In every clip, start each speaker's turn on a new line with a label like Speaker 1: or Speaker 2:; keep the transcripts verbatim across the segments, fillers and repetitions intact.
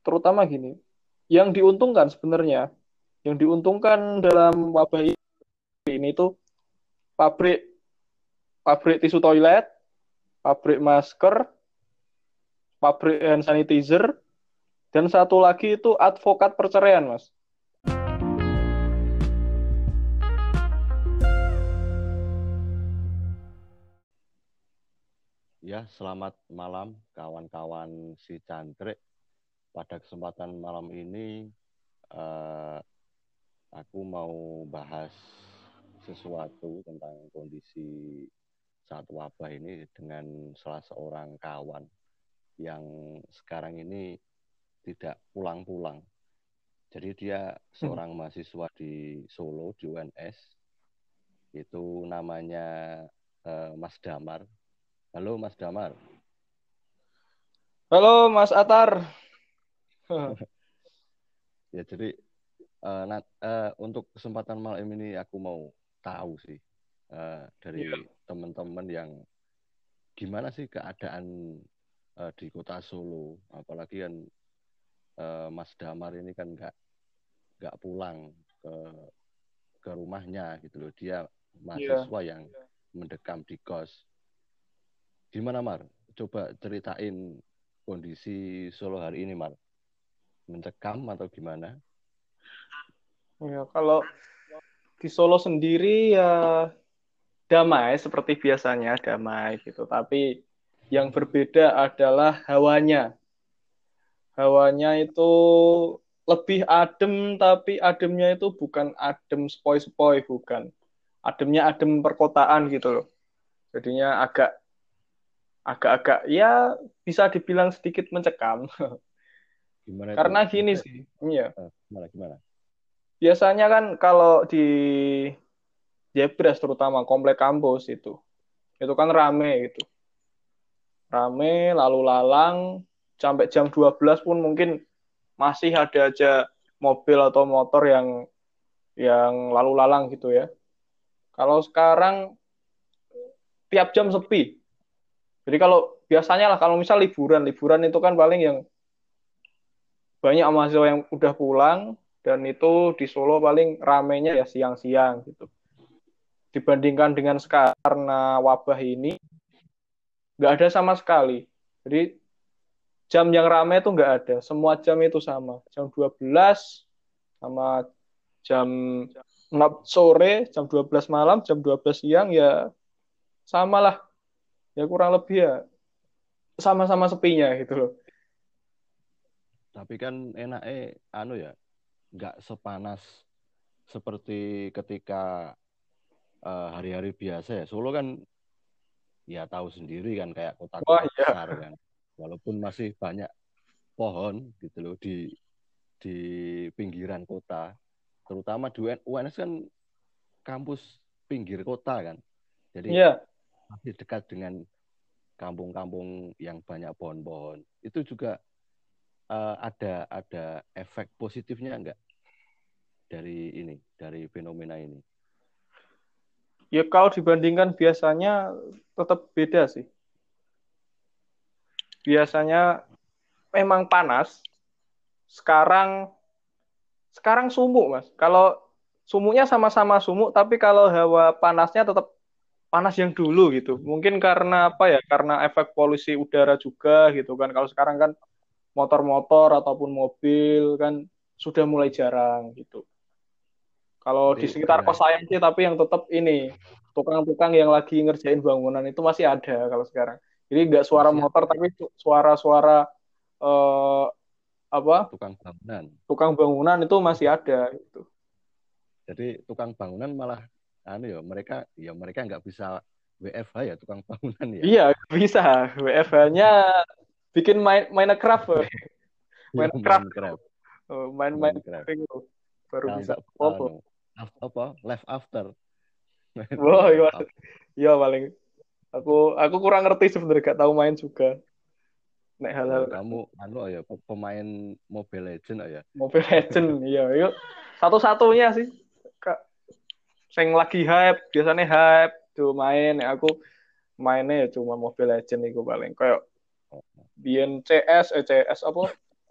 Speaker 1: terutama gini, yang diuntungkan sebenarnya, yang diuntungkan dalam wabah ini tuh pabrik pabrik tisu toilet, pabrik masker, pabrik hand sanitizer, dan satu lagi itu advokat perceraian, Mas.
Speaker 2: Ya, selamat malam kawan-kawan si Cantrik. Pada kesempatan malam ini, eh, aku mau bahas sesuatu tentang kondisi saat wabah ini dengan salah seorang kawan yang sekarang ini tidak pulang-pulang. Jadi dia seorang mahasiswa di Solo, di U N S. Itu namanya eh, Mas Damar. Halo Mas Damar.
Speaker 1: Halo Mas Atar.
Speaker 2: Ya, jadi uh, nah, uh, untuk kesempatan malam ini aku mau tahu sih uh,
Speaker 1: Iya.
Speaker 2: dari teman-teman yang gimana sih keadaan uh, di kota Solo, apalagi kan uh, Mas Damar ini kan nggak nggak pulang ke ke rumahnya gitu loh, dia
Speaker 1: Iya.
Speaker 2: mahasiswa yang mendekam di kos. Gimana Mar? Coba ceritain kondisi Solo hari ini Mar, mencekam atau gimana?
Speaker 1: Ya, kalau di Solo sendiri ya damai seperti biasanya, damai gitu. Tapi yang berbeda adalah hawanya. Hawanya itu lebih adem, tapi ademnya itu bukan adem sepoi-sepoi, bukan. Ademnya adem perkotaan gitu loh. Jadinya agak agak-agak ya bisa dibilang sedikit mencekam.
Speaker 2: Gimana itu?
Speaker 1: Karena gini
Speaker 2: Maksudnya,
Speaker 1: sih, ya.
Speaker 2: uh, gimana gimana?
Speaker 1: Biasanya kan kalau di Jebres terutama komplek kampus itu, itu kan rame gitu. Rame, lalu lalang, sampai jam dua belas pun mungkin masih ada aja mobil atau motor yang yang lalu lalang gitu ya. Kalau sekarang tiap jam sepi. Jadi kalau biasanya lah kalau misal liburan, liburan itu kan paling yang banyak mahasiswa yang udah pulang dan itu di Solo paling ramenya ya siang-siang gitu. Dibandingkan dengan sekarang karena wabah ini nggak ada sama sekali. Jadi jam yang ramai itu nggak ada. Semua jam itu sama. Jam dua belas sama jam enam sore, jam dua belas malam, jam dua belas siang ya sama lah. Ya kurang lebih ya sama-sama sepinya gitu loh.
Speaker 2: Tapi kan enaknya anu ya, nggak sepanas seperti ketika eh, hari-hari biasa ya. Solo kan ya tahu sendiri kan kayak
Speaker 1: Wah
Speaker 2: kota-kota
Speaker 1: ya,
Speaker 2: besar kan. Walaupun masih banyak pohon gitu loh di di pinggiran kota, terutama di U N S kan kampus pinggir kota kan. Jadi
Speaker 1: iya.
Speaker 2: masih dekat dengan kampung-kampung yang banyak pohon-pohon. Itu juga eh, ada ada efek positifnya enggak dari ini, dari fenomena ini?
Speaker 1: Ya kalau dibandingkan biasanya tetap beda sih. Biasanya memang panas. Sekarang sekarang sumuk, Mas. Kalau sumuknya sama-sama sumuk, tapi kalau hawa panasnya tetap panas yang dulu gitu. Mungkin karena apa ya? Karena efek polusi udara juga gitu kan. Kalau sekarang kan motor-motor ataupun mobil kan sudah mulai jarang gitu. Kalau di
Speaker 2: Berarti
Speaker 1: sekitar kos
Speaker 2: gerai.
Speaker 1: saya sih, tapi yang tetap ini tukang-tukang yang lagi ngerjain bangunan itu masih ada kalau sekarang. Jadi nggak suara
Speaker 2: Masih
Speaker 1: motor,
Speaker 2: ada
Speaker 1: tapi suara-suara eh, apa
Speaker 2: tukang bangunan.
Speaker 1: tukang bangunan itu masih ada gitu.
Speaker 2: Jadi tukang bangunan malah anu ya, mereka ya mereka nggak bisa W F H ya tukang bangunan ya.
Speaker 1: Iya, bisa. W F H-nya bikin main Minecraft, we.
Speaker 2: Ya
Speaker 1: Minecraft,
Speaker 2: Minecraft,
Speaker 1: oh, main-main
Speaker 2: Minecraft.
Speaker 1: itu baru bisa.
Speaker 2: Sampai
Speaker 1: Apa?
Speaker 2: anu af- apa left after main
Speaker 1: Wah,
Speaker 2: game
Speaker 1: iya,
Speaker 2: left after.
Speaker 1: iya paling. Aku aku kurang ngerti sebenarnya, gak tahu main juga. Nek hal-hal
Speaker 2: Oh, kamu anu ya pemain Mobile Legend ya.
Speaker 1: Mobile Legend, iya, yuk. Satu-satunya sih, Kak. Sing lagi hype, biasanya hype tuh main. Nek aku mainnya ya cuma Mobile Legend itu paling. Kayak biyen C S, eh C S apa?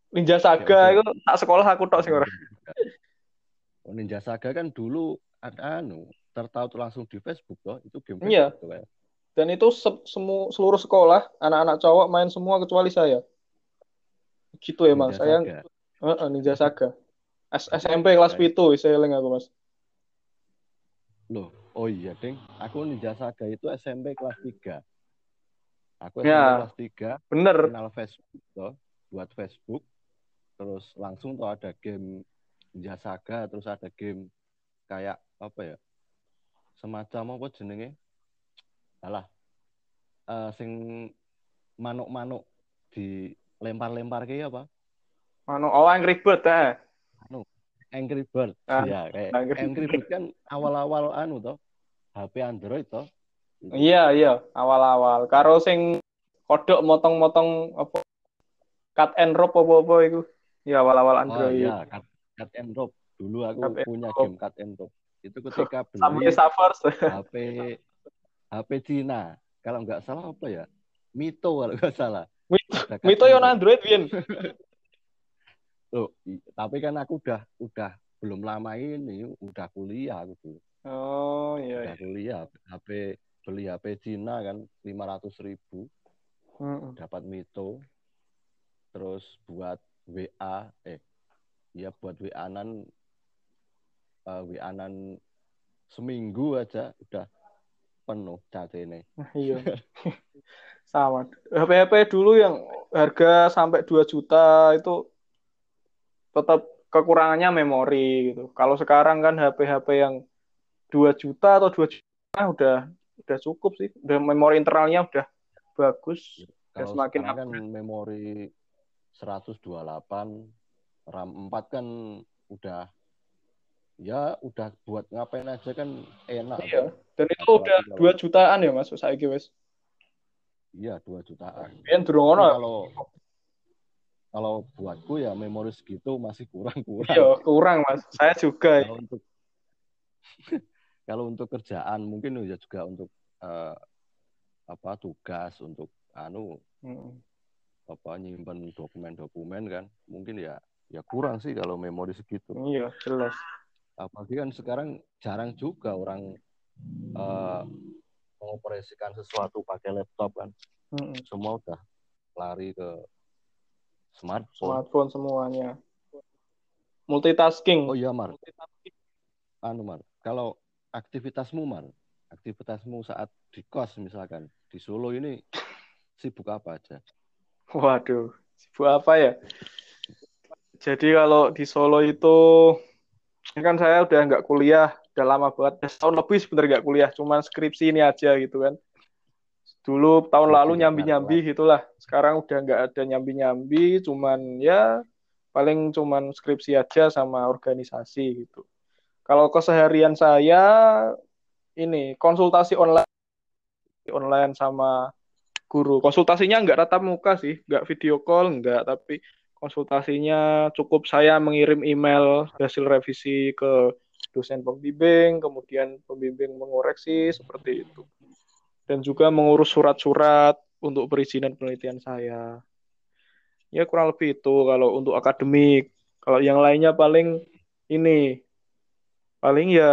Speaker 1: Ninja
Speaker 2: Kayak
Speaker 1: Saga
Speaker 2: udah
Speaker 1: itu tak sekolah aku tok sing ora.
Speaker 2: Ninja Saga. Oh, Ninja Saga kan dulu ada anu tertaut langsung di Facebook toh, itu game
Speaker 1: Iya,
Speaker 2: Facebook tuh kayak.
Speaker 1: dan itu se- semu seluruh sekolah anak-anak cowok main semua kecuali saya. Gitu emang
Speaker 2: Ninja
Speaker 1: saya
Speaker 2: Saga.
Speaker 1: Heeh, Ninja Saga. S SMP kelas
Speaker 2: Kayak
Speaker 1: itu saya eling aku Mas.
Speaker 2: loh, oh iya, Ding. Aku Ninja Saga itu S M P kelas tiga. Aku S M P
Speaker 1: Ya,
Speaker 2: kelas tiga
Speaker 1: bener.
Speaker 2: kenal Facebook toh, buat Facebook, terus langsung tuh ada game Ninja Saga, terus ada game kayak apa ya? Semacam apa jenenge? Alah, eh, sing manuk-manuk dilempar-lempar kayak apa?
Speaker 1: Anu, oh Angry Bird eh.
Speaker 2: Anu, Angry Bird.
Speaker 1: Ah,
Speaker 2: Ya, kayak
Speaker 1: Angry
Speaker 2: Angry Bird
Speaker 1: Bird.
Speaker 2: kan awal-awal anu toh, H P Android toh. Itu.
Speaker 1: Iya, iya, awal-awal. Karo sing kodok motong-motong apa cut and rope apa-apa itu. Ya awal-awal
Speaker 2: Oh
Speaker 1: Android.
Speaker 2: ya, cut, cut and Rope. Dulu aku
Speaker 1: Cut and
Speaker 2: punya game
Speaker 1: rope.
Speaker 2: cut and Rope. Itu ketika
Speaker 1: Sampai
Speaker 2: beli
Speaker 1: Savers.
Speaker 2: H P H P Cina. Kalau nggak salah apa ya? Mito kalau nggak salah.
Speaker 1: Mito,
Speaker 2: Ada cut
Speaker 1: Mito
Speaker 2: and
Speaker 1: yang
Speaker 2: Rope.
Speaker 1: Android Win.
Speaker 2: Loh, tapi kan aku udah udah belum lama ini udah kuliah aku dulu.
Speaker 1: Oh iya,
Speaker 2: Udah
Speaker 1: iya.
Speaker 2: kuliah H P beli H P Cina kan lima ratus ribu
Speaker 1: Mm-mm.
Speaker 2: dapat Mito terus buat W A eh ya buat W A-nan uh, W A-nan seminggu aja udah penuh cat ini.
Speaker 1: Iya, sama. H P-H P dulu yang harga sampai dua juta itu tetap kekurangannya memori gitu. Kalau sekarang kan H P-H P yang dua juta atau dua juta udah udah cukup sih. Udah memori internalnya udah bagus, udah
Speaker 2: Kalau
Speaker 1: semakin
Speaker 2: sekarang kan
Speaker 1: upgrade.
Speaker 2: memori seratus dua puluh delapan, RAM empat kan udah ya udah buat ngapain aja kan enak
Speaker 1: Iya,
Speaker 2: toh.
Speaker 1: dan itu udah
Speaker 2: Apalagi
Speaker 1: dua
Speaker 2: kalau
Speaker 1: jutaan ya Mas, saiki wis.
Speaker 2: iya dua jutaan.
Speaker 1: Biyen durung
Speaker 2: Tapi
Speaker 1: ono.
Speaker 2: kalau kalau buatku ya memori segitu masih
Speaker 1: Iya,
Speaker 2: kurang-kurang.
Speaker 1: kurang Mas. Saya juga.
Speaker 2: Kalau untuk kalau untuk kerjaan mungkin ya juga untuk uh, apa tugas untuk anu
Speaker 1: Hmm.
Speaker 2: apa nyimpen dokumen-dokumen kan mungkin ya ya kurang sih kalau memori segitu.
Speaker 1: Iya, jelas.
Speaker 2: Apalagi kan sekarang jarang juga orang uh, mengoperasikan sesuatu pakai laptop kan.
Speaker 1: Hmm.
Speaker 2: Semua udah lari ke smartphone.
Speaker 1: Smartphone semuanya. Multitasking.
Speaker 2: Oh iya Mar, anu Mar, kalau aktivitasmu Mar, aktivitasmu saat di kos misalkan di Solo ini sibuk apa aja?
Speaker 1: Waduh, sibuk apa ya? Jadi kalau di Solo itu ini kan saya udah nggak kuliah, udah lama banget, udah setahun lebih sebenarnya nggak kuliah, cuman skripsi ini aja gitu kan. Dulu tahun
Speaker 2: Skripsi
Speaker 1: lalu
Speaker 2: kok ngarep
Speaker 1: nyambi-nyambi gitulah, sekarang udah nggak ada nyambi-nyambi, cuman ya paling cuman skripsi aja sama organisasi gitu. Kalau keseharian saya ini konsultasi online, online sama guru. Konsultasinya nggak tatap muka sih, nggak video call, nggak, tapi konsultasinya cukup saya mengirim email hasil revisi ke dosen pembimbing, kemudian pembimbing mengoreksi seperti itu. Dan juga mengurus surat-surat untuk perizinan penelitian saya. Ya kurang lebih itu kalau untuk akademik. Kalau yang lainnya paling ini, paling ya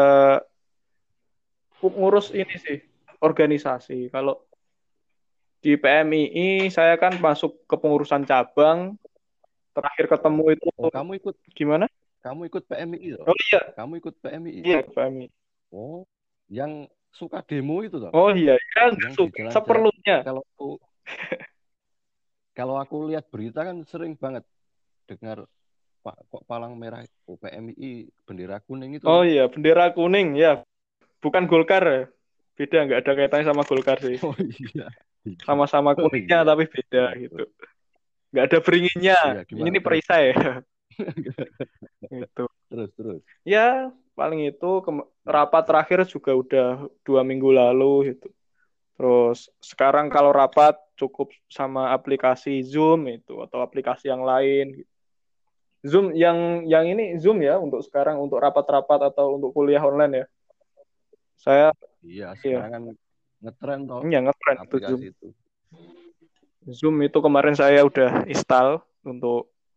Speaker 1: ngurus ini sih, organisasi. Kalau di P M I I saya kan masuk ke pengurusan cabang. Terakhir ketemu
Speaker 2: Oh,
Speaker 1: itu
Speaker 2: oh kamu ikut
Speaker 1: gimana?
Speaker 2: kamu ikut P M I I loh.
Speaker 1: Oh iya,
Speaker 2: Kamu ikut P M I I.
Speaker 1: iya P M I I.
Speaker 2: Oh, yang suka demo itu toh,
Speaker 1: Oh iya, ya nggak
Speaker 2: yang di
Speaker 1: suka.
Speaker 2: jalan-jalan.
Speaker 1: Seperlunya.
Speaker 2: Kalau aku kalau aku lihat berita kan sering banget dengar Pak kok palang merah oh, P M I I bendera kuning itu
Speaker 1: Oh
Speaker 2: loh.
Speaker 1: iya, bendera kuning ya. Bukan Golkar ya. Beda, nggak ada kaitannya sama Golkar sih.
Speaker 2: Oh iya.
Speaker 1: Sama-sama
Speaker 2: Oh
Speaker 1: kuningnya
Speaker 2: iya.
Speaker 1: tapi beda
Speaker 2: Benar,
Speaker 1: gitu.
Speaker 2: benar.
Speaker 1: Nggak ada beringinnya.
Speaker 2: Iya, gimana
Speaker 1: Ini
Speaker 2: terus?
Speaker 1: perisai ya. Gitu.
Speaker 2: Terus, terus.
Speaker 1: Ya, paling itu ke- rapat terakhir juga udah dua minggu lalu gitu. Terus sekarang kalau rapat cukup sama aplikasi Zoom itu atau aplikasi yang lain. Zoom yang yang ini Zoom ya untuk sekarang untuk rapat-rapat atau untuk kuliah online ya. Saya
Speaker 2: Iya,
Speaker 1: ya
Speaker 2: sekarang kan ngetren toh
Speaker 1: ya ngetren itu Zoom.
Speaker 2: aplikasi itu.
Speaker 1: Zoom itu kemarin saya udah install untuk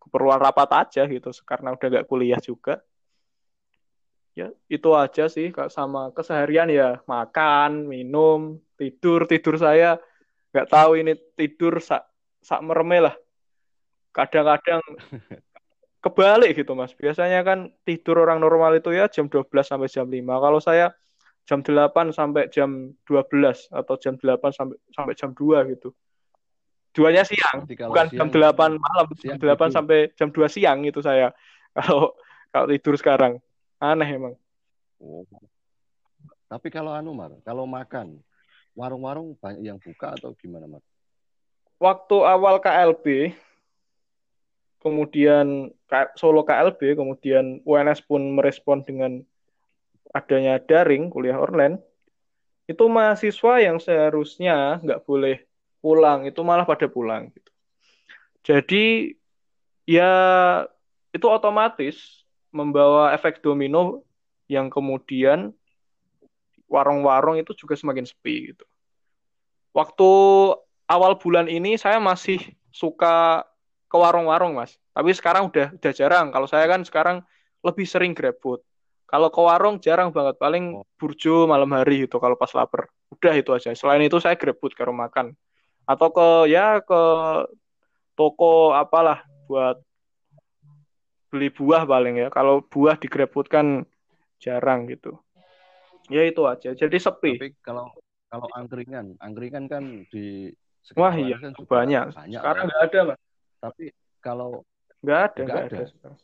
Speaker 1: keperluan rapat aja gitu karena udah nggak kuliah juga. Ya itu aja sih Kak, sama keseharian ya makan, minum, tidur, tidur saya nggak tahu ini tidur sak sak mereme lah. Kadang-kadang kebalik gitu Mas. Biasanya kan tidur orang normal itu ya jam dua belas sampai jam lima. Kalau saya jam delapan sampai jam dua belas atau jam delapan sampai sampai jam dua gitu. Duanya siang,
Speaker 2: Berarti kalau
Speaker 1: bukan jam
Speaker 2: siang
Speaker 1: delapan malam, jam
Speaker 2: siang
Speaker 1: delapan
Speaker 2: tidur.
Speaker 1: sampai jam dua siang itu saya. Kalau kalau tidur sekarang. Aneh emang.
Speaker 2: Oh. Tapi kalau anu Mar, kalau makan, warung-warung banyak yang buka atau gimana Mar?
Speaker 1: Waktu awal K L B, kemudian Solo K L B, kemudian U N S pun merespon dengan adanya daring, kuliah online, itu mahasiswa yang seharusnya nggak boleh pulang, itu malah pada pulang. Gitu. Jadi ya itu otomatis membawa efek domino yang kemudian warung-warung itu juga semakin sepi gitu. Waktu awal bulan ini saya masih suka ke warung-warung, Mas. Tapi sekarang udah udah jarang. Kalau saya kan sekarang lebih sering GrabFood. Kalau ke warung jarang banget, paling
Speaker 2: Oh,
Speaker 1: burjo malam hari gitu kalau pas lapar. Udah itu aja. Selain itu saya GrabFood kalau makan. Atau ke ya ke toko apalah buat beli buah paling ya. Kalau buah di GrabFood kan jarang gitu. Ya itu aja. Jadi sepi.
Speaker 2: tapi kalau kalau angkringan, angkringan kan di
Speaker 1: Wah
Speaker 2: sekitar
Speaker 1: iya,
Speaker 2: U N S kan juga
Speaker 1: banyak.
Speaker 2: banyak
Speaker 1: Sekarang
Speaker 2: toh.
Speaker 1: nggak ada, Mas.
Speaker 2: Tapi kalau
Speaker 1: Nggak ada,
Speaker 2: nggak
Speaker 1: nggak
Speaker 2: ada,
Speaker 1: ada sekarang.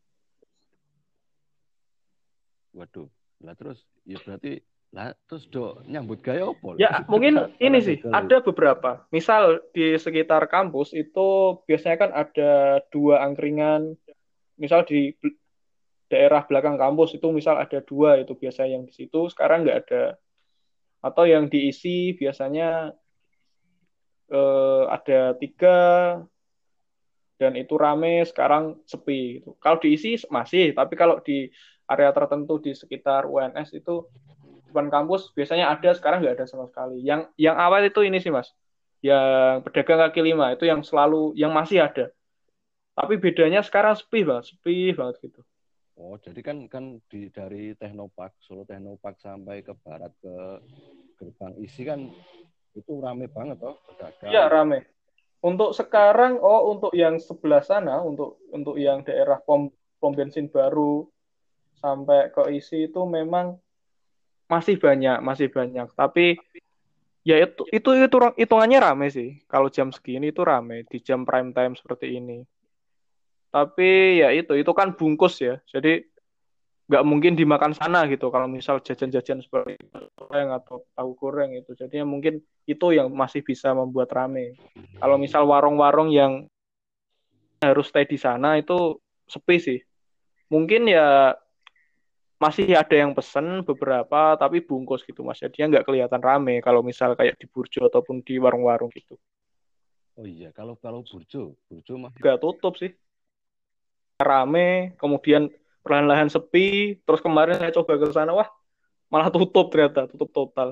Speaker 2: waduh. Lah terus ya berarti lah terus do nyambut gaya opo lho?
Speaker 1: Ya, mungkin ini
Speaker 2: Orang
Speaker 1: sih,
Speaker 2: dodol.
Speaker 1: ada beberapa. Misal di sekitar kampus itu biasanya kan ada dua angkringan. Misal di bel- daerah belakang kampus itu misal ada dua itu biasanya yang di situ, sekarang nggak ada. Atau yang diisi biasanya eh, ada tiga dan itu rame, sekarang sepi. Gitu. Kalau diisi masih, tapi kalau di area tertentu di sekitar U N S itu depan kampus biasanya ada, sekarang nggak ada sama sekali. Yang yang awal itu ini sih Mas, yang pedagang kaki lima itu yang selalu yang masih ada. Tapi bedanya sekarang sepi banget, sepi banget gitu.
Speaker 2: Oh, jadi kan kan di dari Teknopark, Solo Teknopark sampai ke barat ke gerbang isi kan itu rame banget toh
Speaker 1: Iya
Speaker 2: pedagang.
Speaker 1: rame. Untuk sekarang, oh untuk yang sebelah sana, untuk untuk yang daerah pom pom bensin baru sampai ke isi itu memang masih banyak, masih banyak. Tapi ya itu itu itu hitungannya rame sih. Kalau jam segini itu rame di jam prime time seperti ini. Tapi ya itu itu kan bungkus ya. Jadi nggak mungkin dimakan sana gitu kalau misal jajan-jajan seperti goreng atau tahu goreng itu jadinya mungkin itu yang masih bisa membuat rame kalau misal warung-warung yang harus stay di sana itu sepi sih mungkin ya masih ada yang pesen beberapa tapi bungkus gitu mas jadinya nggak kelihatan rame kalau misal kayak di Burjo ataupun di warung-warung gitu
Speaker 2: Oh iya, kalau kalau Burjo, Burjo masih
Speaker 1: nggak tutup sih rame kemudian perlahan-lahan sepi terus kemarin saya coba ke sana wah malah tutup ternyata tutup total.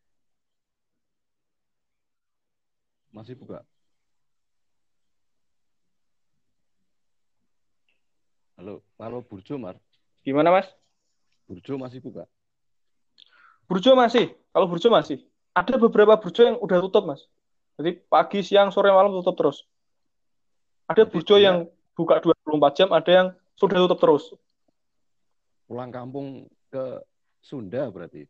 Speaker 2: masih buka. Halo, kalau Burjo Mar,
Speaker 1: Gimana mas?
Speaker 2: Burjo masih buka.
Speaker 1: Burjo masih, kalau Burjo masih. Ada beberapa Burjo yang udah tutup, Mas. Jadi pagi, siang, sore, malam tutup terus. Ada
Speaker 2: Berarti
Speaker 1: Burjo
Speaker 2: dia
Speaker 1: yang buka dua puluh empat jam, ada yang sudah tutup terus.
Speaker 2: pulang kampung ke Sunda berarti.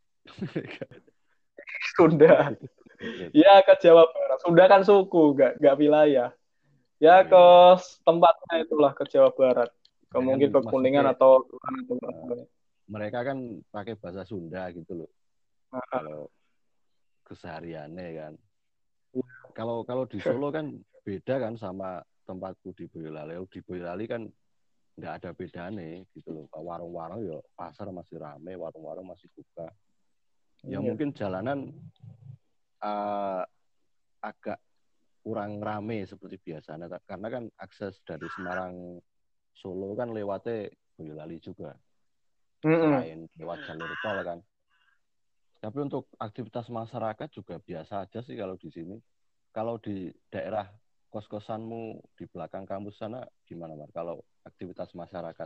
Speaker 1: Sunda.
Speaker 2: Berarti.
Speaker 1: Ya, ke Jawa Barat. Sunda kan suku, nggak, nggak wilayah. Ya,
Speaker 2: Oh
Speaker 1: ke
Speaker 2: iya.
Speaker 1: tempatnya itulah, ke Jawa Barat. Ke
Speaker 2: Ya kan
Speaker 1: mungkin ke Kuningan
Speaker 2: maksudnya
Speaker 1: atau
Speaker 2: eh, mereka kan pakai bahasa Sunda gitu loh.
Speaker 1: nah,
Speaker 2: Kalau kesehariannya kan. Kalau kalau di Solo kan beda kan sama tempatku di Boyolali. Di Boyolali kan nggak ada bedanya gitu loh. Warung-warung ya pasar masih rame, warung-warung masih buka. Ya
Speaker 1: iya.
Speaker 2: mungkin jalanan uh, agak kurang rame seperti biasanya karena kan akses dari Semarang Solo kan lewatnya Boyolali juga
Speaker 1: Mm-mm.
Speaker 2: selain lewat jalur tol kan. Tapi untuk aktivitas masyarakat juga biasa aja sih kalau di sini. Kalau di daerah kos-kosanmu di belakang kampus sana gimana, Mar? Kalau aktivitas masyarakat?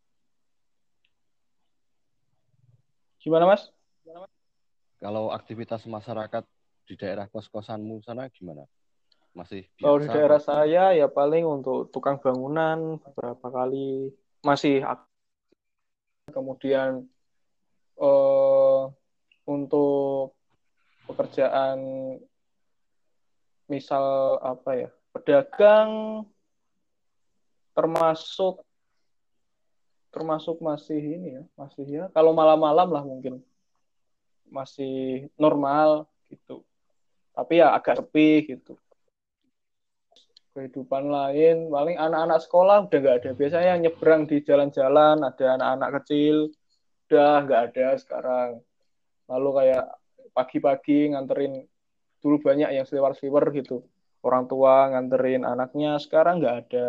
Speaker 1: Gimana, Mas?
Speaker 2: Kalau aktivitas masyarakat di daerah kos-kosanmu sana gimana? Masih
Speaker 1: Kalau di
Speaker 2: biasa
Speaker 1: daerah
Speaker 2: atau gimana?
Speaker 1: saya ya paling untuk tukang bangunan beberapa kali masih ak- kemudian eh, untuk pekerjaan misal apa ya pedagang termasuk termasuk masih ini ya masih ya kalau malam-malam lah mungkin masih normal gitu tapi ya agak sepi gitu kehidupan lain paling anak-anak sekolah udah nggak ada biasanya yang nyebrang di jalan-jalan ada anak-anak kecil udah nggak ada sekarang lalu kayak pagi-pagi nganterin dulu banyak yang seliwer-seliwer gitu orang tua nganterin anaknya sekarang nggak ada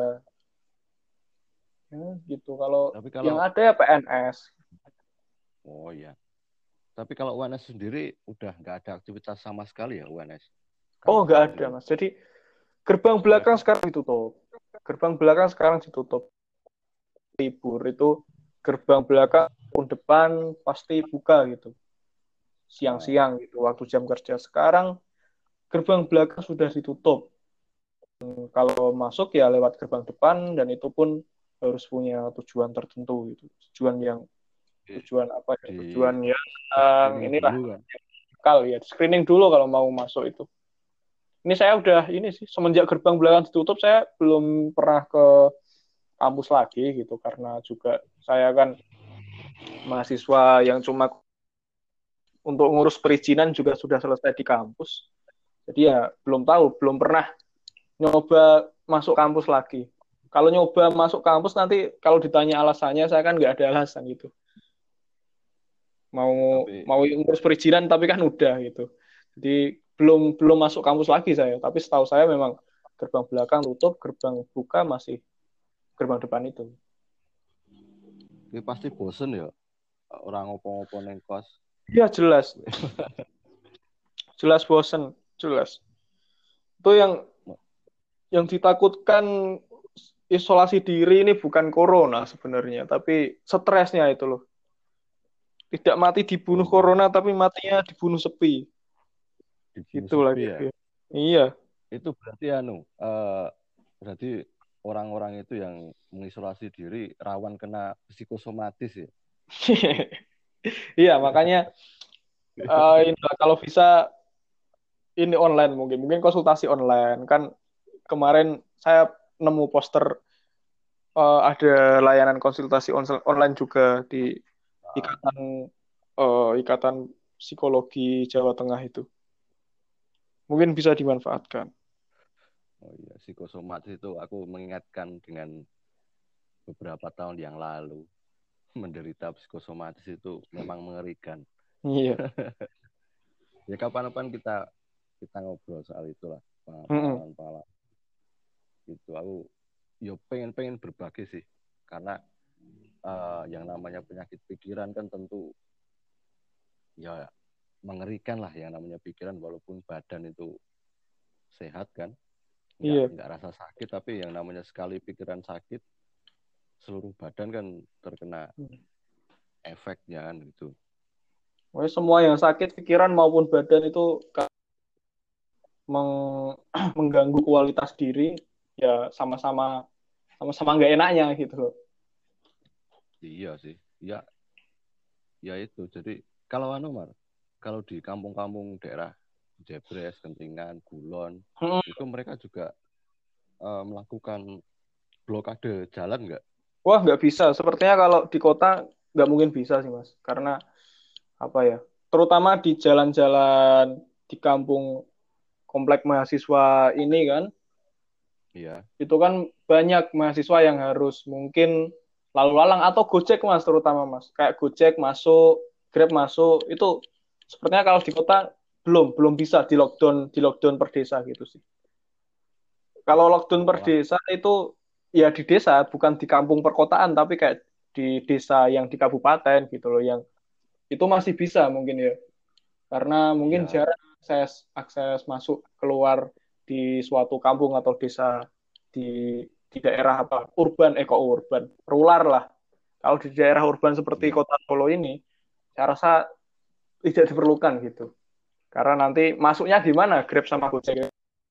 Speaker 1: ya, gitu kalau
Speaker 2: Tapi
Speaker 1: yang
Speaker 2: kalau
Speaker 1: ada ya P N S.
Speaker 2: oh ya, tapi kalau U N S sendiri udah nggak ada aktivitas sama sekali ya U N S
Speaker 1: Oh nggak
Speaker 2: kampusmu
Speaker 1: ada
Speaker 2: gitu.
Speaker 1: mas jadi gerbang
Speaker 2: Nggak
Speaker 1: belakang
Speaker 2: ada.
Speaker 1: sekarang ditutup gerbang belakang sekarang ditutup libur itu gerbang belakang tahun depan pasti buka gitu
Speaker 2: Oh,
Speaker 1: siang-siang gitu waktu jam kerja sekarang gerbang belakang sudah ditutup kalau masuk ya lewat gerbang depan dan itu pun harus punya tujuan tertentu gitu tujuan yang
Speaker 2: di,
Speaker 1: tujuan apa ya
Speaker 2: di,
Speaker 1: tujuan yang
Speaker 2: di screening
Speaker 1: inilah
Speaker 2: dulu kan.
Speaker 1: kali ya screening dulu kalau mau masuk itu ini saya udah ini sih semenjak gerbang belakang ditutup saya belum pernah ke kampus lagi gitu karena juga saya kan mahasiswa yang cuma untuk ngurus perizinan juga sudah selesai di kampus jadi ya belum tahu belum pernah nyoba masuk kampus lagi kalau nyoba masuk kampus nanti kalau ditanya alasannya saya kan nggak ada alasan gitu mau
Speaker 2: Ya, tapi
Speaker 1: mau ngurus perizinan tapi kan udah gitu jadi belum belum masuk kampus lagi saya tapi setahu saya memang gerbang belakang tutup gerbang buka masih gerbang depan itu
Speaker 2: ini pasti bosen ya orang ngopo-ngopo neng kos.
Speaker 1: ya jelas jelas bosen jelas itu yang yang ditakutkan isolasi diri ini bukan corona sebenarnya tapi stresnya itu loh tidak mati dibunuh
Speaker 2: Oh iya,
Speaker 1: corona tapi matinya dibunuh sepi
Speaker 2: dibunuh
Speaker 1: gitu lagi
Speaker 2: sepi ya.
Speaker 1: iya
Speaker 2: Itu berarti anu, eh, berarti orang-orang itu yang mengisolasi diri rawan kena psikosomatis ya.
Speaker 1: iya makanya uh, ini lah, kalau bisa ini online mungkin mungkin konsultasi online kan kemarin saya nemu poster uh, ada layanan konsultasi on- online juga di
Speaker 2: Ah,
Speaker 1: ikatan uh, ikatan psikologi Jawa Tengah itu mungkin bisa dimanfaatkan.
Speaker 2: oh iya, psikosomatis itu aku mengingatkan dengan beberapa tahun yang lalu menderita psikosomatis itu memang mengerikan.
Speaker 1: Iya.
Speaker 2: Ya kapan-kapan kita kita ngobrol soal itulah
Speaker 1: Mm-mm.
Speaker 2: pengalaman-pengalaman itu aku yo pengen-pengen berbagi sih karena uh, yang namanya penyakit pikiran kan tentu ya mengerikan lah yang namanya pikiran walaupun badan itu sehat kan nggak
Speaker 1: Iya.
Speaker 2: nggak rasa sakit tapi yang namanya sekali pikiran sakit seluruh badan kan terkena efeknya kan gitu.
Speaker 1: Pokoknya semua yang sakit pikiran maupun badan itu meng- mengganggu kualitas diri ya sama-sama sama-sama nggak enaknya gitu loh.
Speaker 2: Iya sih ya ya itu jadi kalau anu Mar kalau di kampung-kampung daerah Jebres, Kentingan, Kulon
Speaker 1: Mm.
Speaker 2: itu mereka juga uh, melakukan blokade jalan nggak?
Speaker 1: Wah nggak bisa. Sepertinya kalau di kota nggak mungkin bisa sih mas. Karena apa ya? Terutama di jalan-jalan di kampung komplek mahasiswa ini kan,
Speaker 2: Iya.
Speaker 1: itu kan banyak mahasiswa yang harus mungkin lalu lalang atau Gojek mas terutama mas. Kayak Gojek masuk, Grab masuk itu sepertinya kalau di kota belum belum bisa di lockdown di lockdown per desa gitu sih. Kalau lockdown per
Speaker 2: Malah
Speaker 1: desa itu ya di desa, bukan di kampung perkotaan, tapi kayak di desa yang di kabupaten gitu loh, yang itu masih bisa mungkin ya. Karena mungkin
Speaker 2: ya
Speaker 1: jarang akses akses masuk keluar di suatu kampung atau desa di di daerah apa urban, eko urban, rural lah. Kalau di daerah urban seperti
Speaker 2: Iya.
Speaker 1: kota Solo ini, saya rasa tidak diperlukan gitu. Karena nanti masuknya gimana Grab sama Gojek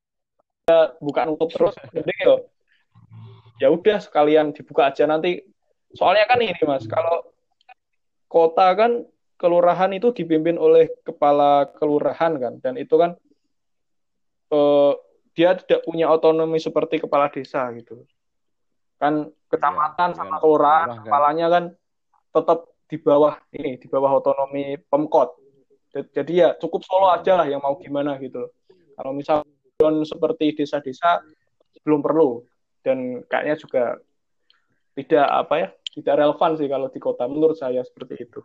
Speaker 1: buka nutup terus, jadi yo ya udah sekalian dibuka aja nanti. Soalnya kan ini Mas, kalau kota kan kelurahan itu dipimpin oleh kepala kelurahan kan, dan itu kan eh, dia tidak punya otonomi seperti kepala desa gitu. Kan
Speaker 2: Iya,
Speaker 1: kecamatan
Speaker 2: ini kan
Speaker 1: sama kelurahan
Speaker 2: lurah kan.
Speaker 1: kepalanya kan tetap di bawah ini, di bawah otonomi Pemkot. Jadi ya cukup Solo aja
Speaker 2: Mm-mm.
Speaker 1: lah yang mau gimana gitu. Kalau misal seperti desa-desa belum perlu, dan kayaknya juga tidak apa ya, tidak relevan sih kalau di kota menurut saya seperti itu.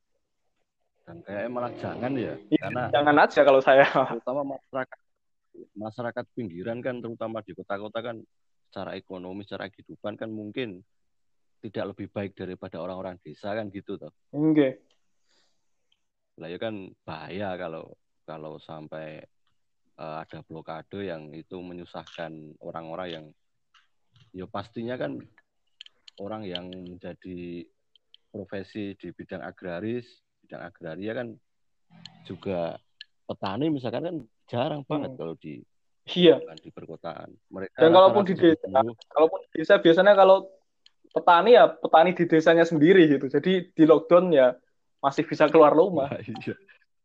Speaker 2: Dan kayaknya malah jangan ya,
Speaker 1: Ya,
Speaker 2: karena
Speaker 1: jangan aja kalau saya.
Speaker 2: terutama masyarakat masyarakat pinggiran kan, terutama di kota-kota kan, secara ekonomi, secara kehidupan kan mungkin tidak lebih baik daripada orang-orang desa kan gitu toh.
Speaker 1: Enggak.
Speaker 2: Lah ya kan bahaya kalau kalau sampai uh, ada blokade yang itu menyusahkan orang-orang yang ya pastinya kan orang yang menjadi profesi di bidang agraris, bidang agraria kan juga petani misalkan kan jarang banget
Speaker 1: Hmm.
Speaker 2: kalau di
Speaker 1: Iya.
Speaker 2: di perkotaan. Mereka
Speaker 1: Dan kalaupun
Speaker 2: rata-rata
Speaker 1: di
Speaker 2: jadi
Speaker 1: desa,
Speaker 2: buruh.
Speaker 1: kalaupun di desa biasanya kalau petani ya petani di desanya sendiri gitu. Jadi di lockdown ya masih bisa keluar rumah.
Speaker 2: Lah iya,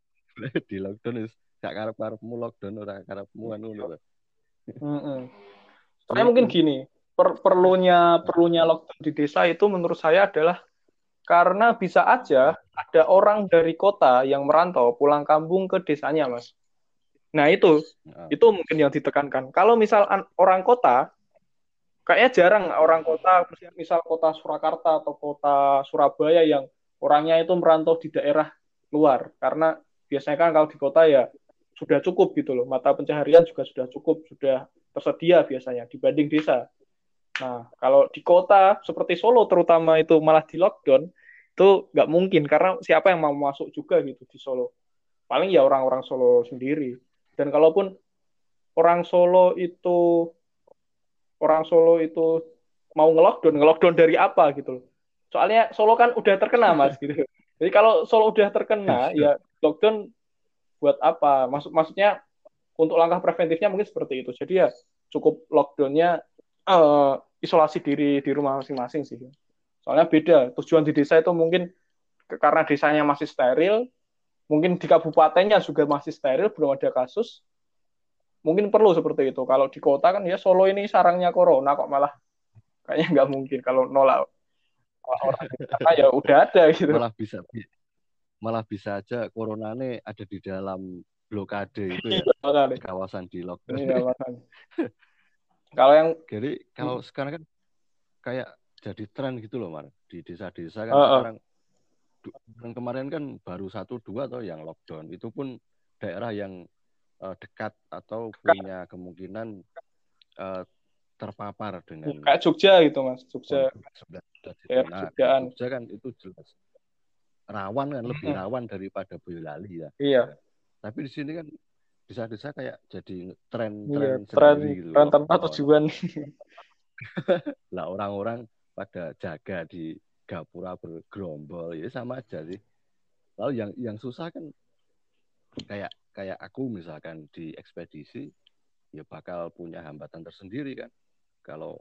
Speaker 2: di lockdown is gak karep-karepmu lockdown ora karepmu anu ngono to.
Speaker 1: Mm-mm.
Speaker 2: Ya
Speaker 1: Soalnya mungkin
Speaker 2: itu.
Speaker 1: gini, per- perlunya perlunya lockdown di desa itu menurut saya adalah karena bisa aja ada orang dari kota yang merantau pulang kampung ke desanya, Mas. Nah itu,
Speaker 2: Heeh.
Speaker 1: itu mungkin yang ditekankan. Kalau misal an- orang kota, kayaknya jarang orang kota, misal kota Surakarta atau kota Surabaya yang orangnya itu merantau di daerah luar. Karena biasanya kan kalau di kota ya sudah cukup gitu loh, mata pencaharian juga sudah cukup, sudah tersedia biasanya dibanding desa. Nah, kalau di kota seperti Solo terutama itu malah di lockdown, itu nggak mungkin karena siapa yang mau masuk juga gitu di Solo. Paling ya orang-orang Solo sendiri. Dan kalaupun orang Solo itu orang Solo itu mau ngelockdown, ngelockdown dari apa gitu loh. Soalnya Solo kan udah terkena Mas gitu. Jadi kalau Solo udah terkena
Speaker 2: Iya.
Speaker 1: ya lockdown buat apa? Maksud maksudnya untuk langkah preventifnya mungkin seperti itu. Jadi ya cukup lockdownnya eh, isolasi diri di rumah masing-masing sih. Soalnya beda. Tujuan di desa itu mungkin karena desanya masih steril, mungkin di kabupatennya juga masih steril, belum ada kasus. Mungkin perlu seperti itu. Kalau di kota kan ya Solo ini sarangnya corona kok malah kayaknya nggak mungkin kalau nolak orang karena ya udah ada gitu.
Speaker 2: Malah bisa malah bisa aja coronanya ada di dalam blokade itu ya,
Speaker 1: Iya makanya.
Speaker 2: kawasan di lockdown.
Speaker 1: Iya makanya. Kalau yang
Speaker 2: Jadi kalau
Speaker 1: hmm,
Speaker 2: sekarang kan kayak jadi tren gitu loh, Mar. Di desa-desa
Speaker 1: uh,
Speaker 2: kan
Speaker 1: uh,
Speaker 2: sekarang yang kemarin kan baru satu dua atau yang lockdown. Itu pun daerah yang uh, dekat atau punya kemungkinan uh, terpapar dengan
Speaker 1: kayak Jogja gitu Mas, Jogja
Speaker 2: covid sembilan belas itu.
Speaker 1: daerah
Speaker 2: Nah, kayak
Speaker 1: Jogjaan.
Speaker 2: Jogja kan itu jelas rawan kan, lebih
Speaker 1: Hmm,
Speaker 2: rawan daripada Boyolali ya.
Speaker 1: iya,
Speaker 2: Tapi di sini kan desa-desa kayak jadi
Speaker 1: iya,
Speaker 2: tren-tren
Speaker 1: tren
Speaker 2: sendiri gitu,
Speaker 1: tren tanpa
Speaker 2: lockdown.
Speaker 1: tujuan.
Speaker 2: Lah orang-orang pada jaga di gapura bergerombol ya sama aja sih. Lalu yang yang susah kan kayak kayak aku misalkan di ekspedisi ya bakal punya hambatan tersendiri kan. Kalau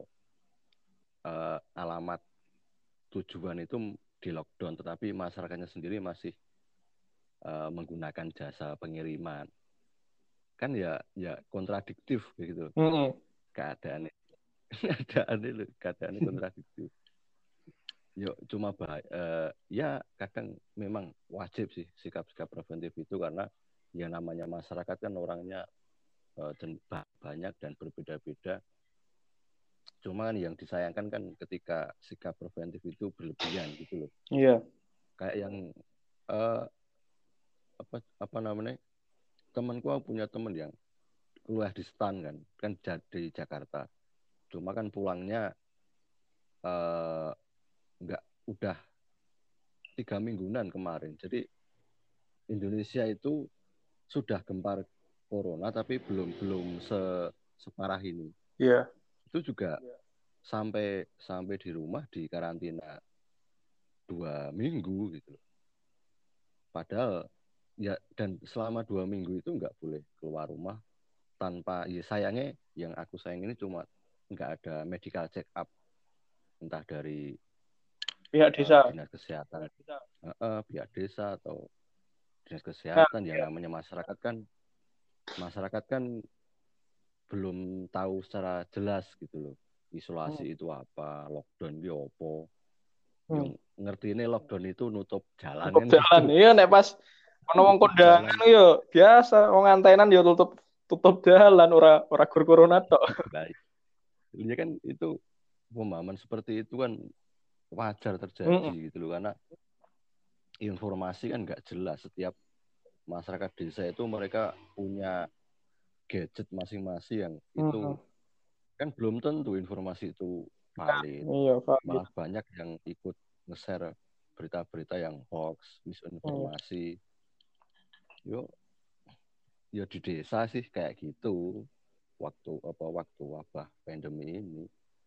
Speaker 2: uh, alamat tujuan itu di lockdown tetapi masyarakatnya sendiri masih uh, menggunakan jasa pengiriman. Kan ya ya kontradiktif gitu
Speaker 1: Hmm,
Speaker 2: keadaan keadaan itu keadaan kontradiktif. Yo cuma bah uh, ya kadang memang wajib sih sikap-sikap preventif itu karena ya namanya masyarakat kan orangnya uh, banyak dan berbeda-beda. Cuma kan yang disayangkan kan ketika sikap preventif itu berlebihan gitu loh.
Speaker 1: iya,
Speaker 2: Kayak yang uh, apa apa namanya? Temanku punya teman yang kuliah di stan kan, kan di Jakarta. Cuma kan pulangnya uh, nggak udah tiga mingguan kemarin. Jadi Indonesia itu sudah gempar corona tapi belum belum se separah ini.
Speaker 1: Iya.
Speaker 2: Itu juga sampai sampai di rumah di karantina dua minggu gitu. Padahal ya, dan selama dua minggu itu nggak boleh keluar rumah tanpa, ya sayangnya yang aku sayang ini cuma nggak ada medical check up, entah dari
Speaker 1: Pihak
Speaker 2: uh,
Speaker 1: desa.
Speaker 2: dinas kesehatan, uh, uh, pihak desa atau dinas
Speaker 1: Nah,
Speaker 2: kesehatan. Yang namanya masyarakat kan masyarakat kan belum tahu secara jelas gitu loh,
Speaker 1: hmm,
Speaker 2: isolasi itu apa, lockdown itu apa.
Speaker 1: hmm.
Speaker 2: Yang ngerti ini lockdown itu nutup jalan
Speaker 1: Tutup
Speaker 2: kan
Speaker 1: jalan.
Speaker 2: gitu,
Speaker 1: Iya, nek pas ono wong
Speaker 2: nutup
Speaker 1: kondangan
Speaker 2: jalan.
Speaker 1: yo biasa, wong antenan yo tutup tutup jalan, ora ora gur corona tok.
Speaker 2: Nah, ya kan itu pemahaman seperti itu kan wajar terjadi
Speaker 1: Heeh.
Speaker 2: gitu loh, karena informasi kan nggak jelas. Setiap masyarakat desa itu mereka punya gadget masing-masing yang itu
Speaker 1: Heeh.
Speaker 2: kan belum tentu informasi itu
Speaker 1: Nah,
Speaker 2: valid.
Speaker 1: iya, valid.
Speaker 2: Malah banyak yang ikut nge-share berita-berita yang hoax,
Speaker 1: Iya.
Speaker 2: misinformasi. Yo, yo di desa sih kayak gitu. Waktu apa waktu wabah pandemi ini.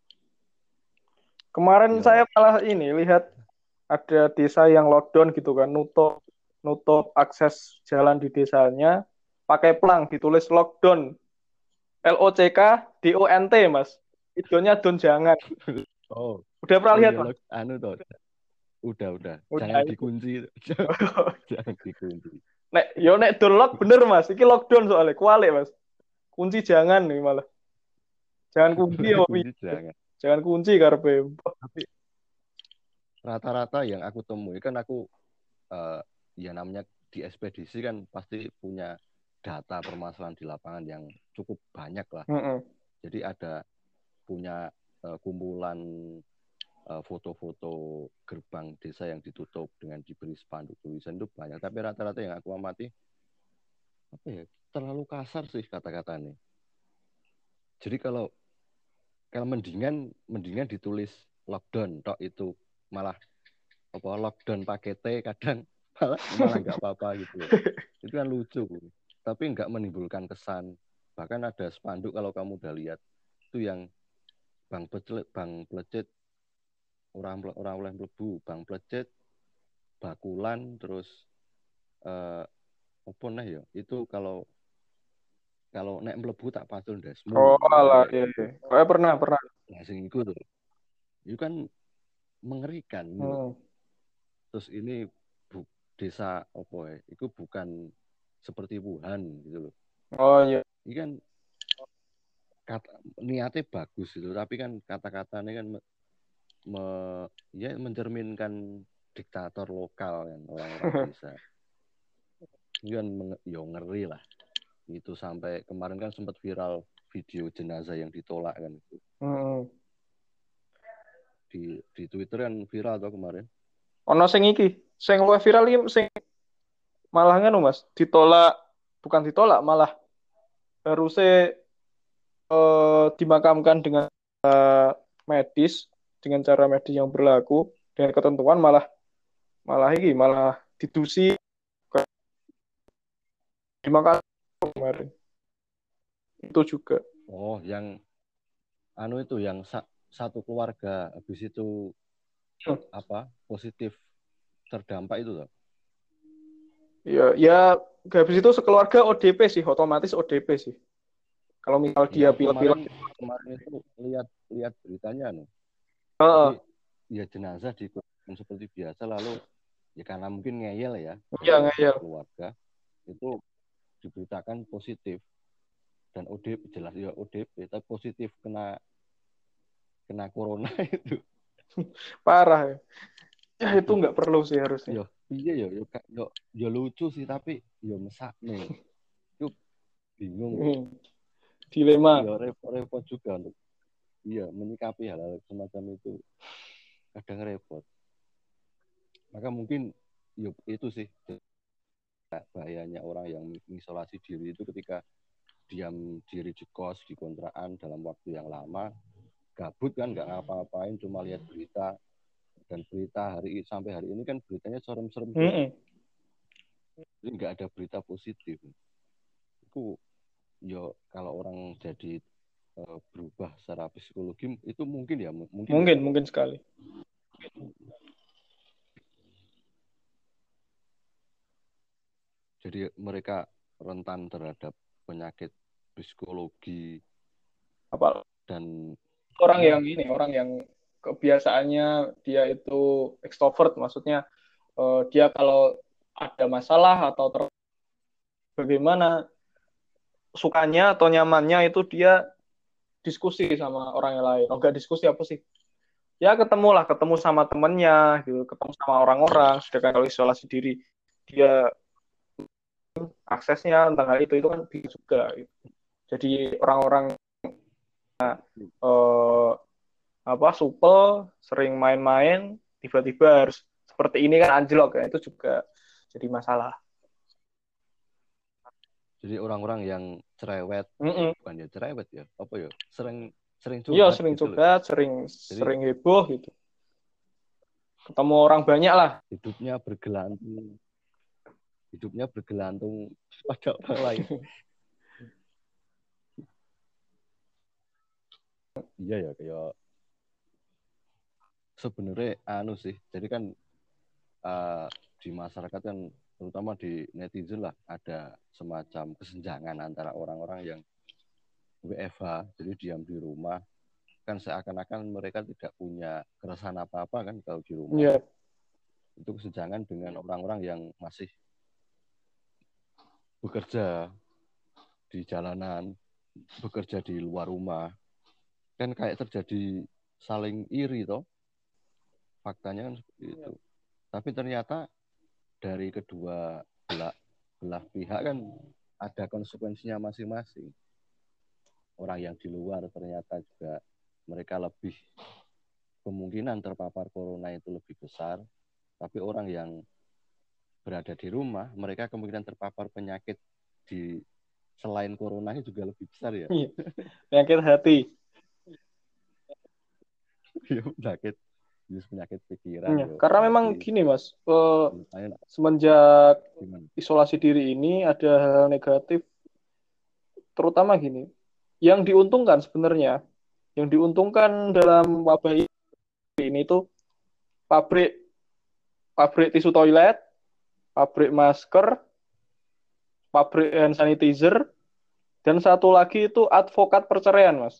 Speaker 1: Kemarin saya
Speaker 2: Yo,
Speaker 1: malah ini lihat ada desa yang lockdown gitu kan, nutup nutup akses jalan di desanya pakai pelang ditulis lockdown, L O C K D O N T, Mas. Idonnya don jangan.
Speaker 2: oh,
Speaker 1: Udah pernah
Speaker 2: oh
Speaker 1: lihat,
Speaker 2: iya
Speaker 1: Mas?
Speaker 2: lo, anu tuh, udah udah,
Speaker 1: Udah
Speaker 2: jangan
Speaker 1: itu.
Speaker 2: dikunci, jangan dikunci.
Speaker 1: Nek yo nek don lock bener, Mas. Iki lockdown soalnya kualik, Mas. Kunci jangan nih malah. Jangan kunci ya, Wi.
Speaker 2: Kunci jangan.
Speaker 1: Jangan kunci karepe.
Speaker 2: Tapi rata-rata yang aku temui kan aku uh, ya namanya di ekspedisi kan pasti punya data permasalahan di lapangan yang cukup banyak lah.
Speaker 1: Heeh.
Speaker 2: Jadi ada punya uh, kumpulan uh, foto-foto gerbang desa yang ditutup dengan diberi spanduk tulisan itu banyak. Tapi rata-rata yang aku amati apa ya, terlalu kasar sih kata-katanya. Jadi kalau kalau mendingan mendingan ditulis lockdown tok itu malah apa lockdown pakai T kadang malah malah nggak apa-apa gitu loh. Itu kan lucu, tapi nggak menimbulkan kesan. Bahkan ada spanduk kalau kamu udah lihat itu yang bang plecet bang plecet orang orang oleh mlebu, bang plecet bakulan terus eh, apa nah ya itu kalau kalau nek mlebu tak patul
Speaker 1: Oh,
Speaker 2: ndasmu itu kan
Speaker 1: alah,
Speaker 2: kayak
Speaker 1: iya,
Speaker 2: gitu.
Speaker 1: iya. Saya pernah, pernah.
Speaker 2: Nah sing iku tuh itu kan mengerikan gitu.
Speaker 1: Hmm.
Speaker 2: Terus ini bu, desa apa ya itu bukan seperti Wuhan gitu loh.
Speaker 1: Oh, iya.
Speaker 2: Ini kan kata, niatnya bagus gitu, tapi kan kata-katanya kan me, me, ya mencerminkan diktator lokal kan orang-orang desa. Ini kan yo ngeri lah. Itu sampai kemarin kan sempat viral video jenazah yang ditolak kan itu.
Speaker 1: Hmm.
Speaker 2: Di di Twitter kan viral tuh kemarin.
Speaker 1: Ono sing iki, sing luwih viral iki sing malah ngono, Mas. Ditolak, bukan ditolak, malah harusnya eh, dimakamkan dengan medis, dengan cara medis yang berlaku, dengan ketentuan malah malah iki malah didusi dimakan kemarin. Itu juga.
Speaker 2: Oh, yang anu itu yang sa, satu keluarga habis itu
Speaker 1: Hmm.
Speaker 2: apa positif terdampak itu loh.
Speaker 1: Ya, ya habis itu sekeluarga O D P sih, otomatis O D P sih. Kalau misal
Speaker 2: Ya
Speaker 1: dia
Speaker 2: aku
Speaker 1: pilek-pilek.
Speaker 2: kemarin kemarin itu lihat lihat beritanya anu.
Speaker 1: Heeh.
Speaker 2: Jadi ya jenazah dikuburkan seperti biasa lalu ya karena mungkin ngeyel ya
Speaker 1: Iya,
Speaker 2: dari
Speaker 1: ngeyel.
Speaker 2: pihak keluarga itu diberitakan positif dan O D P jelas ya O D P tapi positif kena kena corona itu.
Speaker 1: Parah ya. Ya itu
Speaker 2: Aduh,
Speaker 1: nggak perlu sih harusnya.
Speaker 2: yo iya yo yo yo, yo lucu sih tapi yo mesak nih. Yuk bingung yo.
Speaker 1: Hmm. Dilema.
Speaker 2: Yo repot, repot juga untuk iya menyikapi hal-hal semacam itu kadang repot. Maka mungkin yo itu sih bahayanya orang yang mengisolasi diri itu ketika diam diri di kos di kontrakan dalam waktu yang lama gabut kan nggak ngapa-ngapain cuma lihat berita dan berita hari sampai hari ini kan beritanya serem-serem semua
Speaker 1: Mm-mm.
Speaker 2: jadi nggak ada berita positif itu yo kalau orang jadi uh, berubah secara psikologi itu mungkin ya, mungkin ya.
Speaker 1: Mungkin, mungkin sekali.
Speaker 2: Jadi mereka rentan terhadap penyakit psikologi
Speaker 1: Apa
Speaker 2: dan
Speaker 1: orang
Speaker 2: ya
Speaker 1: yang ini, orang yang kebiasaannya dia itu ekstrovert, maksudnya eh, dia kalau ada masalah atau ter bagaimana sukanya atau nyamannya itu dia diskusi sama orang yang lain. Oh, enggak diskusi apa sih? Ya ketemu lah, ketemu sama temennya, gitu, ketemu sama orang-orang. Sedangkan kalau isolasi diri, dia aksesnya tentang hal itu itu kan bisa juga. Gitu. Jadi orang-orang eh, apa supel, sering main-main, tiba-tiba harus seperti ini kan anjlok ya, itu juga jadi masalah.
Speaker 2: jadi orang-orang yang cerewet, eh,
Speaker 1: Mm-mm.
Speaker 2: bukan ya cerewet ya, apa ya, sering sering
Speaker 1: Iya
Speaker 2: curhat
Speaker 1: sering
Speaker 2: gitu loh.
Speaker 1: coba, sering
Speaker 2: Jadi
Speaker 1: sering heboh gitu. Ketemu orang banyak lah.
Speaker 2: hidupnya bergelantung, hidupnya bergelantung pada orang lain. Iya ya, kayak sebenarnya anu sih. Jadi kan uh, di masyarakat kan, terutama di netizen lah, ada semacam kesenjangan antara orang-orang yang W F H, jadi diam di rumah, kan seakan-akan mereka tidak punya keresahan apa-apa kan kalau di rumah.
Speaker 1: Iya.
Speaker 2: Itu kesenjangan dengan orang-orang yang masih bekerja di jalanan, bekerja di luar rumah. Kan kayak terjadi saling iri toh. Faktanya kan seperti itu. Tapi ternyata dari kedua belah, belah pihak kan ada konsekuensinya masing-masing. Orang yang di luar ternyata juga mereka lebih kemungkinan terpapar corona itu lebih besar, tapi orang yang berada di rumah mereka kemungkinan terpapar penyakit di selain coronanya juga lebih besar ya.
Speaker 1: Iya. Penyakit hati.
Speaker 2: penyakit penyakit pikiran
Speaker 1: Iya.
Speaker 2: yo
Speaker 1: Karena memang
Speaker 2: hati.
Speaker 1: gini Mas, eh,
Speaker 2: Lumayan
Speaker 1: semenjak
Speaker 2: gimana?
Speaker 1: isolasi diri ini ada hal negatif, terutama gini. Yang diuntungkan sebenarnya, yang diuntungkan dalam wabah ini tuh pabrik pabrik tisu toilet, pabrik masker, pabrik hand sanitizer, dan satu lagi itu advokat perceraian, Mas.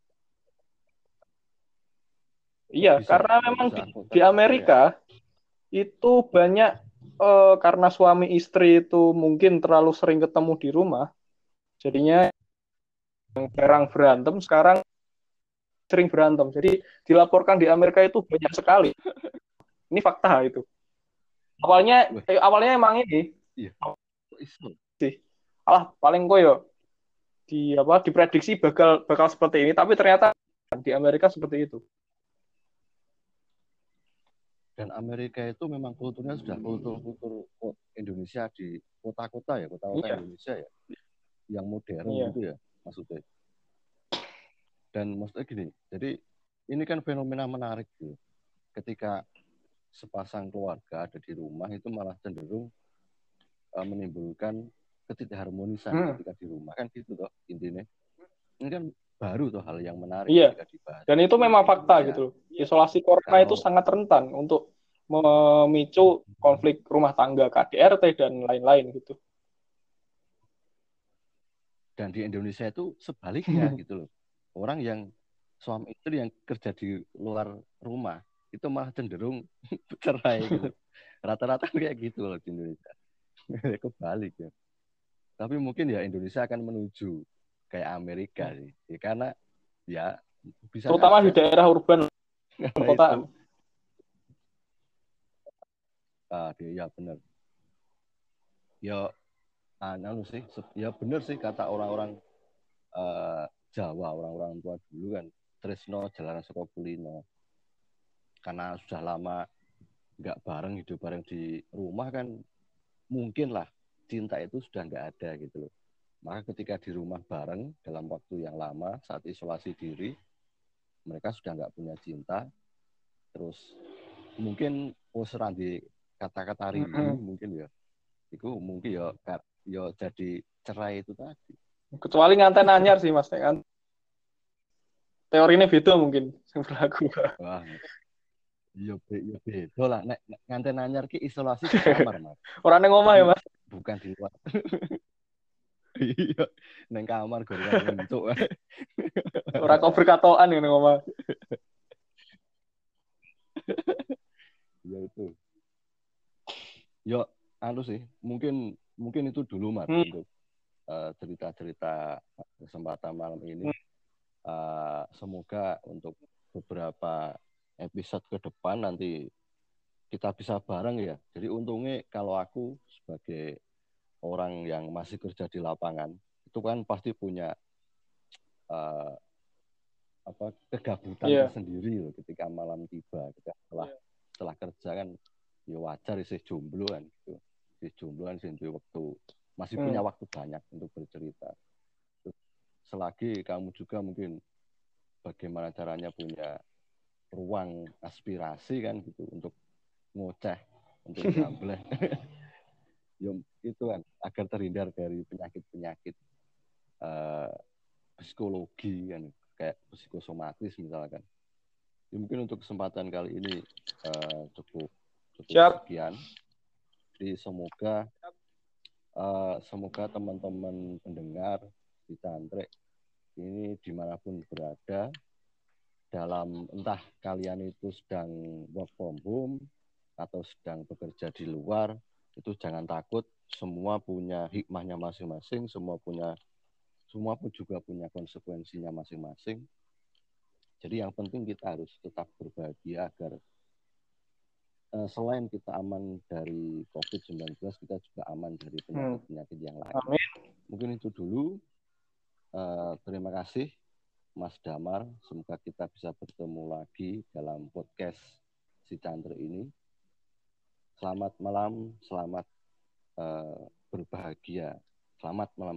Speaker 2: Kok
Speaker 1: Iya,
Speaker 2: bisa
Speaker 1: karena
Speaker 2: kok
Speaker 1: memang
Speaker 2: bisa
Speaker 1: di, di
Speaker 2: advokat perceraian?
Speaker 1: Amerika itu banyak eh, karena suami istri itu mungkin terlalu sering ketemu di rumah, jadinya yang jarang berantem sekarang sering berantem. Jadi dilaporkan di Amerika itu banyak sekali. Ini fakta itu. Awalnya
Speaker 2: Wah,
Speaker 1: eh, awalnya emang ini
Speaker 2: iya kok iso.
Speaker 1: sih. Alah paling koyo di apa diprediksi bakal bakal seperti ini, tapi ternyata di Amerika seperti itu.
Speaker 2: Dan Amerika itu memang kulturnya sudah kultur-kultur Indonesia di kota-kota ya, kota-kota
Speaker 1: Iya,
Speaker 2: Indonesia ya, yang modern
Speaker 1: iya.
Speaker 2: gitu ya maksudnya. Dan maksudnya gini, jadi ini kan fenomena menarik tuh. Ketika sepasang keluarga ada di rumah itu malah cenderung uh, menimbulkan ketidakharmonisan
Speaker 1: Hmm,
Speaker 2: ketika di rumah kan gitu toh intinya. Ini kan baru tuh hal yang menarik
Speaker 1: iya.
Speaker 2: ketika dibahas
Speaker 1: Dan itu
Speaker 2: di
Speaker 1: memang fakta
Speaker 2: Indonesia.
Speaker 1: gitu loh. Isolasi corona itu
Speaker 2: Kalau
Speaker 1: sangat rentan untuk memicu konflik rumah tangga, K D R T dan lain-lain gitu.
Speaker 2: dan di Indonesia itu sebaliknya gitu loh. Orang yang suami istri yang kerja di luar rumah itu malah cenderung cerai gitu. Rata-rata kayak gitu loh di Indonesia. Kebalik ya. Tapi mungkin ya Indonesia akan menuju kayak Amerika sih. Ya, karena ya bisa
Speaker 1: Terutama di
Speaker 2: saja
Speaker 1: daerah urban
Speaker 2: karena itu.
Speaker 1: perkotaan.
Speaker 2: Ah, ya benar. Ya anu sih, ya benar sih kata orang-orang uh, Jawa, orang-orang tua dulu kan, tresno jalanan saka kulino. Karena sudah lama nggak bareng, hidup bareng di rumah kan, mungkin lah cinta itu sudah nggak ada gitu loh. Maka ketika di rumah bareng dalam waktu yang lama saat isolasi diri, mereka sudah nggak punya cinta, terus mungkin poseran di kata-kata rindu mungkin ya, itu mungkin ya ya jadi cerai itu tadi.
Speaker 1: Kecuali nganten anyar sih Mas, kan. teorinya beda mungkin yang berlaku.
Speaker 2: Wah, yo be, yo beda lah. Nek, nek nganten anyar ki isolasi di kamar, Mas.
Speaker 1: Orang yang ngomah ya
Speaker 2: Jadi
Speaker 1: Mas.
Speaker 2: bukan di luar. Iya, neng kamar gorengan ngencuk.
Speaker 1: Orang kau berkatoan yang ngomah.
Speaker 2: Ya itu. Yo, anu sih, mungkin mungkin itu dulu Mas
Speaker 1: Hmm.
Speaker 2: untuk uh, cerita-cerita kesempatan malam ini.
Speaker 1: Hmm.
Speaker 2: Uh, semoga untuk beberapa episode ke depan nanti kita bisa bareng ya. Jadi untungnya kalau aku sebagai orang yang masih kerja di lapangan itu kan pasti punya uh, apa kegabutan
Speaker 1: Iya.
Speaker 2: tersendiri loh ketika malam tiba. Ketika setelah
Speaker 1: Iya.
Speaker 2: setelah kerja kan ya wajar sih jomblo kan gitu. Si jomblo kan sih waktu masih
Speaker 1: Hmm.
Speaker 2: punya waktu banyak untuk bercerita. Terus, selagi kamu juga mungkin bagaimana caranya punya ruang aspirasi kan gitu untuk ngoceh, untuk nyambleh. Ya, itu kan agar terhindar dari penyakit-penyakit uh, psikologi kan kayak psikosomatis misalkan. Ya, mungkin untuk kesempatan kali ini uh, cukup cukup
Speaker 1: Siap.
Speaker 2: sekian. Jadi semoga uh, semoga teman-teman pendengar di Cantrek ini dimanapun berada dalam entah kalian itu sedang work from home atau sedang bekerja di luar, itu jangan takut, semua punya hikmahnya masing-masing, semua punya semua pun juga punya konsekuensinya masing-masing. Jadi yang penting kita harus tetap berbahagia agar uh, selain kita aman dari covid sembilan belas, kita juga aman dari penyakit-penyakit yang lain.
Speaker 1: Amin.
Speaker 2: Mungkin itu dulu. Uh, terima kasih Mas Damar. Semoga kita bisa bertemu lagi dalam podcast Si Chandra ini. Selamat malam, selamat uh, berbahagia. Selamat malam.